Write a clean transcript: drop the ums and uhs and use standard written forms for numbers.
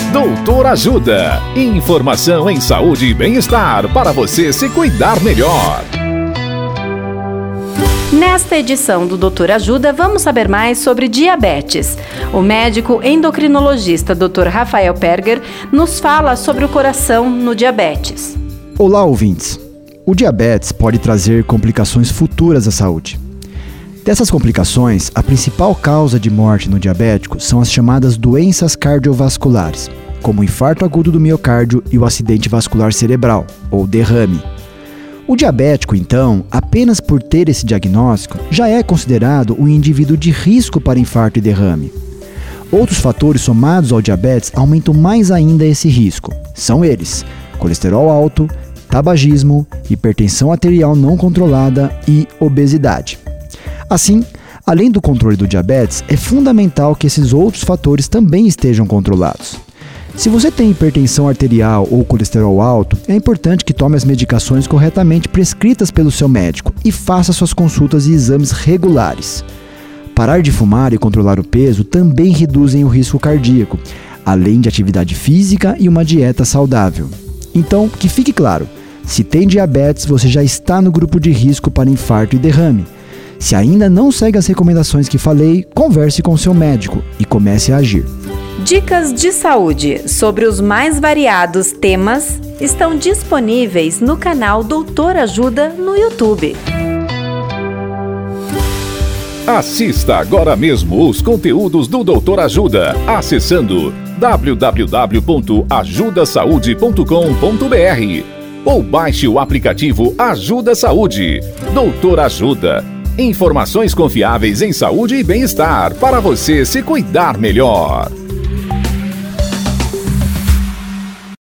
Doutor Ajuda. Informação em saúde e bem-estar para você se cuidar melhor. Nesta edição do Doutor Ajuda, vamos saber mais sobre diabetes. O médico endocrinologista Dr. Rafael Perger nos fala sobre o coração no diabetes. Olá, ouvintes! O diabetes pode trazer complicações futuras à saúde. Dessas complicações, a principal causa de morte no diabético são as chamadas doenças cardiovasculares, como o infarto agudo do miocárdio e o acidente vascular cerebral, ou derrame. O diabético, então, apenas por ter esse diagnóstico, já é considerado um indivíduo de risco para infarto e derrame. Outros fatores somados ao diabetes aumentam mais ainda esse risco. São eles: colesterol alto, tabagismo, hipertensão arterial não controlada e obesidade. Assim, além do controle do diabetes, é fundamental que esses outros fatores também estejam controlados. Se você tem hipertensão arterial ou colesterol alto, é importante que tome as medicações corretamente prescritas pelo seu médico e faça suas consultas e exames regulares. Parar de fumar e controlar o peso também reduzem o risco cardíaco, além de atividade física e uma dieta saudável. Então, que fique claro, se tem diabetes, você já está no grupo de risco para infarto e derrame. Se ainda não segue as recomendações que falei, converse com seu médico e comece a agir. Dicas de saúde sobre os mais variados temas estão disponíveis no canal Doutor Ajuda no YouTube. Assista agora mesmo os conteúdos do Doutor Ajuda, acessando www.ajudasaude.com.br ou baixe o aplicativo Ajuda Saúde. Doutor Ajuda. Informações confiáveis em saúde e bem-estar para você se cuidar melhor.